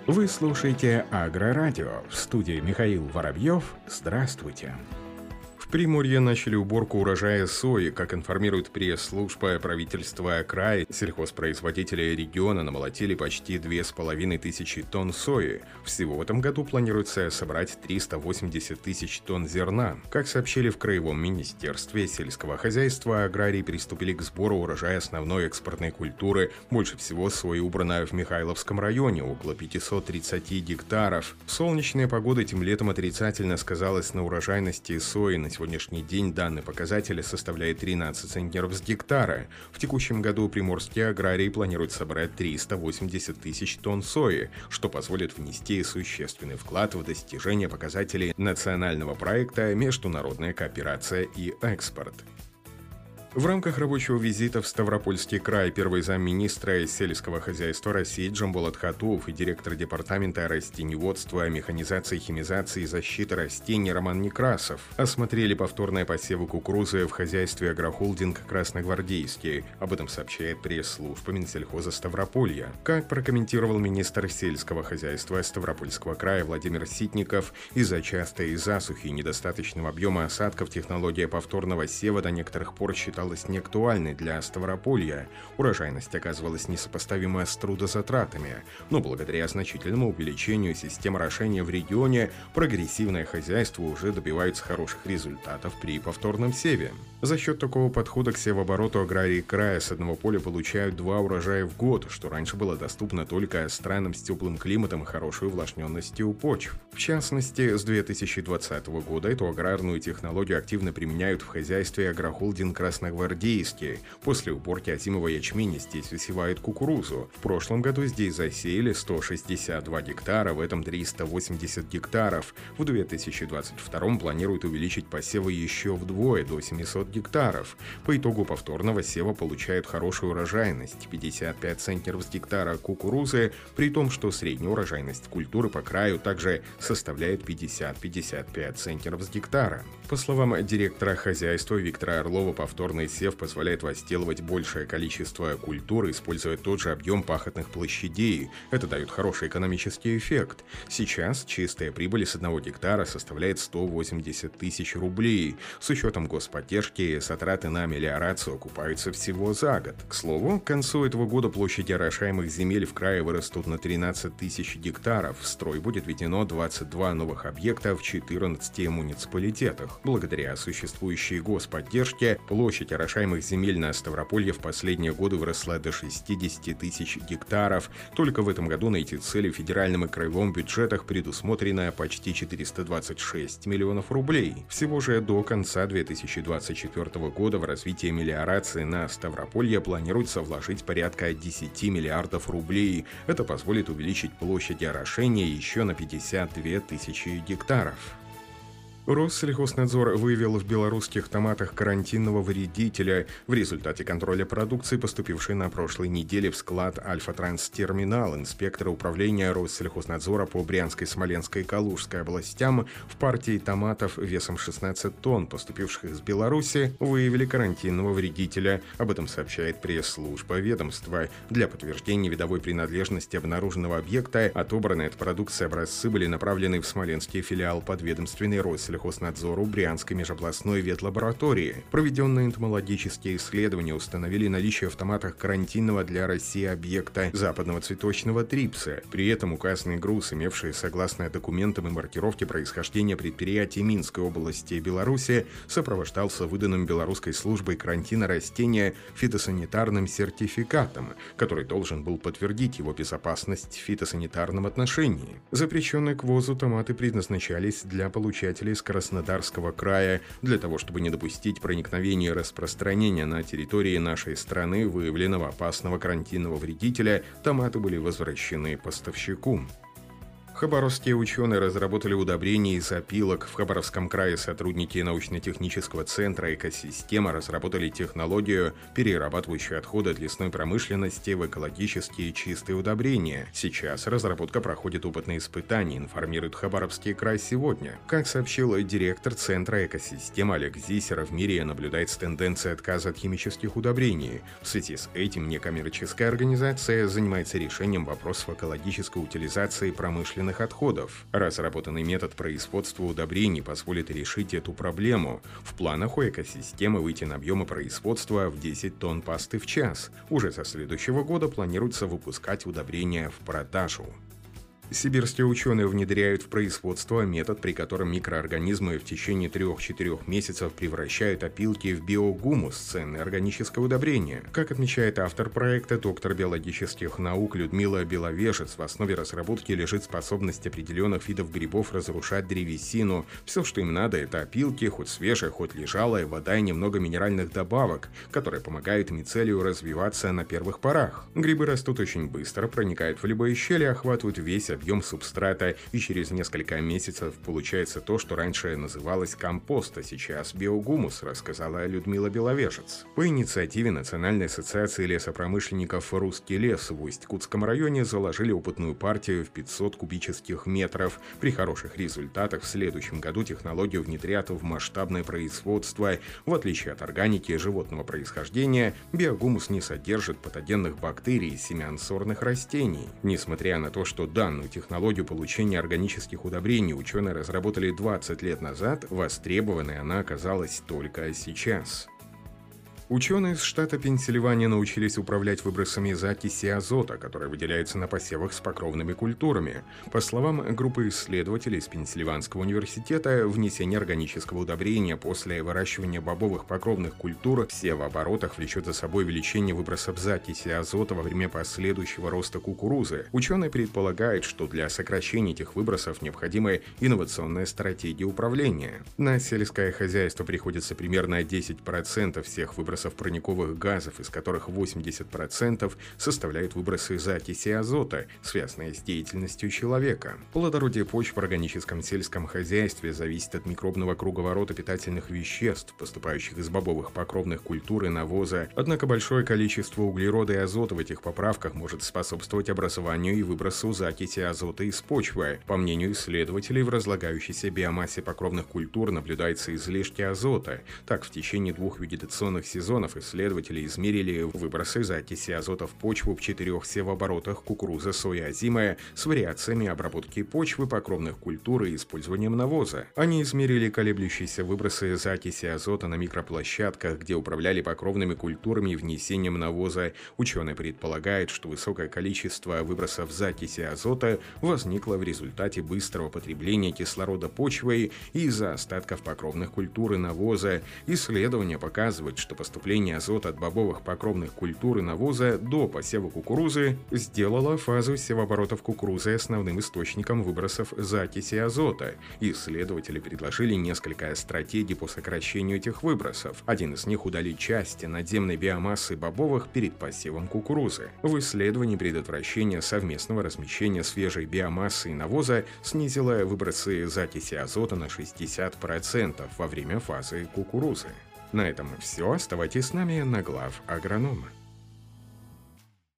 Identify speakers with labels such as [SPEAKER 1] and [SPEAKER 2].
[SPEAKER 1] Вы слушаете Агрорадио. В студии Михаил Воробьев. Здравствуйте. В Приморье начали уборку урожая сои. Как информирует пресс-служба правительства края, сельхозпроизводители региона намолотили почти 2500 тонн сои. Всего в этом году планируется собрать 380 тысяч тонн зерна. Как сообщили в Краевом министерстве сельского хозяйства, аграрии приступили к сбору урожая основной экспортной культуры. Больше всего сои убрано в Михайловском районе, около 530 гектаров. Солнечная погода этим летом отрицательно сказалась на урожайности сои. На сегодняшний день данный показатель составляет 13 центнеров с гектара. В текущем году приморские аграрии планируют собрать 380 тысяч тонн сои, что позволит внести существенный вклад в достижение показателей национального проекта «Международная кооперация и экспорт». В рамках рабочего визита в Ставропольский край первый замминистра сельского хозяйства России Джамбулат Хатуов и директор департамента растениеводства, механизации, химизации и защиты растений Роман Некрасов осмотрели повторные посевы кукурузы в хозяйстве агрохолдинг «Красногвардейский». Об этом сообщает пресс-служба Минсельхоза Ставрополья. Как прокомментировал министр сельского хозяйства Ставропольского края Владимир Ситников, из-за частой засухи и недостаточного объема осадков технология повторного сева до некоторых пор считалась неактуальной для Ставрополья. Урожайность оказывалась несопоставима с трудозатратами, но благодаря значительному увеличению систем орошения в регионе прогрессивное хозяйство уже добивается хороших результатов при повторном севе. За счет такого подхода к севообороту аграрии края с одного поля получают 2 урожая в год, что раньше было доступно только странам с теплым климатом и хорошей увлажненностью почв. В частности, с 2020 года эту аграрную технологию активно применяют в хозяйстве агрохолдинг «Красногвардейский». После уборки озимого ячменя здесь высевают кукурузу. В прошлом году здесь засеяли 162 гектара, в этом 380 гектаров. В 2022 планируют увеличить посевы еще вдвое, до 700 гектаров. По итогу повторного сева получают хорошую урожайность – 55 центнеров с гектара кукурузы, при том, что средняя урожайность культуры по краю также составляет 50-55 центнеров с гектара. По словам директора хозяйства Виктора Орлова, повторный сев позволяет возделывать большее количество культур, используя тот же объем пахотных площадей. Это дает хороший экономический эффект. Сейчас чистая прибыль с 1 гектара составляет 180 тысяч рублей. С учетом господдержки затраты на мелиорацию окупаются всего за год. К слову, к концу этого года площади орошаемых земель в крае вырастут на 13 тысяч гектаров. В строй будет введено 22 новых объекта в 14 муниципалитетах. Благодаря существующей господдержке площадь орошаемых земель на Ставрополье в последние годы выросла до 60 тысяч гектаров. Только в этом году на эти цели в федеральном и краевом бюджетах предусмотрено почти 426 миллионов рублей. Всего же до конца 2024 года в развитие мелиорации на Ставрополье планируется вложить порядка 10 миллиардов рублей. Это позволит увеличить площади орошения еще на 52 тысячи гектаров. Россельхознадзор выявил в белорусских томатах карантинного вредителя. В результате контроля продукции, поступившей на прошлой неделе в склад Альфа-Транс-терминал, инспекторы управления Россельхознадзора по Брянской, Смоленской и Калужской областям в партии томатов весом 16 тонн, поступивших из Беларуси, выявили карантинного вредителя. Об этом сообщает пресс-служба ведомства. Для подтверждения видовой принадлежности обнаруженного объекта отобранные от продукции образцы были направлены в смоленский филиал подведомственной Россельхознадзору Брянской межобластной ветлаборатории. Проведенные энтомологические исследования установили наличие в томатах карантинного для России объекта западного цветочного трипса. При этом указанный груз, имевший согласно документам и маркировке происхождения предприятия Минской области Беларуси, сопровождался выданным белорусской службой карантина растения фитосанитарным сертификатом, который должен был подтвердить его безопасность в фитосанитарном отношении. Запрещенные к ввозу томаты предназначались для получателей из Краснодарского края. Для того, чтобы не допустить проникновения и распространения на территории нашей страны выявленного опасного карантинного вредителя, томаты были возвращены поставщику. Хабаровские ученые разработали удобрения из опилок. В Хабаровском крае сотрудники научно-технического центра «Экосистема» разработали технологию, перерабатывающую отходы от лесной промышленности в экологически чистые удобрения. Сейчас разработка проходит опытные испытания, информирует Хабаровский край сегодня. Как сообщил директор центра «Экосистема» Олег Зисер, в мире наблюдается тенденция отказа от химических удобрений. В связи с этим некоммерческая организация занимается решением вопросов экологической утилизации промышленных отходов. Разработанный метод производства удобрений позволит решить эту проблему. В планах у «Экосистемы» выйти на объемы производства в 10 тонн пасты в час. Уже со следующего года планируется выпускать удобрения в продажу. Сибирские ученые внедряют в производство метод, при котором микроорганизмы в течение 3-4 месяцев превращают опилки в биогумус, ценное органическое удобрение. Как отмечает автор проекта, доктор биологических наук Людмила Беловежец, в основе разработки лежит способность определенных видов грибов разрушать древесину. Все, что им надо, это опилки, хоть свежая, хоть лежалая, вода и немного минеральных добавок, которые помогают мицелию развиваться на первых порах. Грибы растут очень быстро, проникают в любые щели, охватывают весь объем субстрата, и через несколько месяцев получается то, что раньше называлось компост, а сейчас биогумус, рассказала Людмила Беловежец. По инициативе Национальной ассоциации лесопромышленников «Русский лес» в Усть-Кутском районе заложили опытную партию в 500 кубических метров. При хороших результатах в следующем году технологию внедрят в масштабное производство. В отличие от органики животного происхождения, биогумус не содержит патогенных бактерий и семян сорных растений. Несмотря на то, что данную технологию получения органических удобрений ученые разработали 20 лет назад, востребованной она оказалась только сейчас. Ученые из штата Пенсильвания научились управлять выбросами закиси азота, которые выделяются на посевах с покровными культурами. По словам группы исследователей из Пенсильванского университета, внесение органического удобрения после выращивания бобовых покровных культур в севооборотах влечет за собой увеличение выбросов закиси азота во время последующего роста кукурузы. Ученые предполагают, что для сокращения этих выбросов необходима инновационная стратегия управления. На сельское хозяйство приходится примерно 10% всех выбросов парниковых газов, из которых 80% составляют выбросы закиси азота, связанные с деятельностью человека. Плодородие почв в органическом сельском хозяйстве зависит от микробного круговорота питательных веществ, поступающих из бобовых покровных культур и навоза. Однако большое количество углерода и азота в этих поправках может способствовать образованию и выбросу закиси азота из почвы. По мнению исследователей, в разлагающейся биомассе покровных культур наблюдаются излишки азота. Так, в течение 2 вегетационных сезонов исследователи измерили выбросы закиси азота в почву в 4 севооборотах кукуруза, соя, озимая с вариациями обработки почвы, покровных культур и использованием навоза. Они измерили колеблющиеся выбросы закиси азота на микроплощадках, где управляли покровными культурами и внесением навоза. Ученые предполагают, что высокое количество выбросов закиси азота возникло в результате быстрого потребления кислорода почвой из-за остатков покровных культур и навоза. Исследования показывают, что поступление азота от бобовых покровных культур и навоза до посева кукурузы сделало фазу севооборотов кукурузы основным источником выбросов закиси азота. Исследователи предложили несколько стратегий по сокращению этих выбросов. Один из них — удалить части надземной биомассы бобовых перед посевом кукурузы. В исследовании предотвращение совместного размещения свежей биомассы и навоза снизило выбросы закиси азота на 60% во время фазы кукурузы. На этом все. Оставайтесь с нами на глав агронома.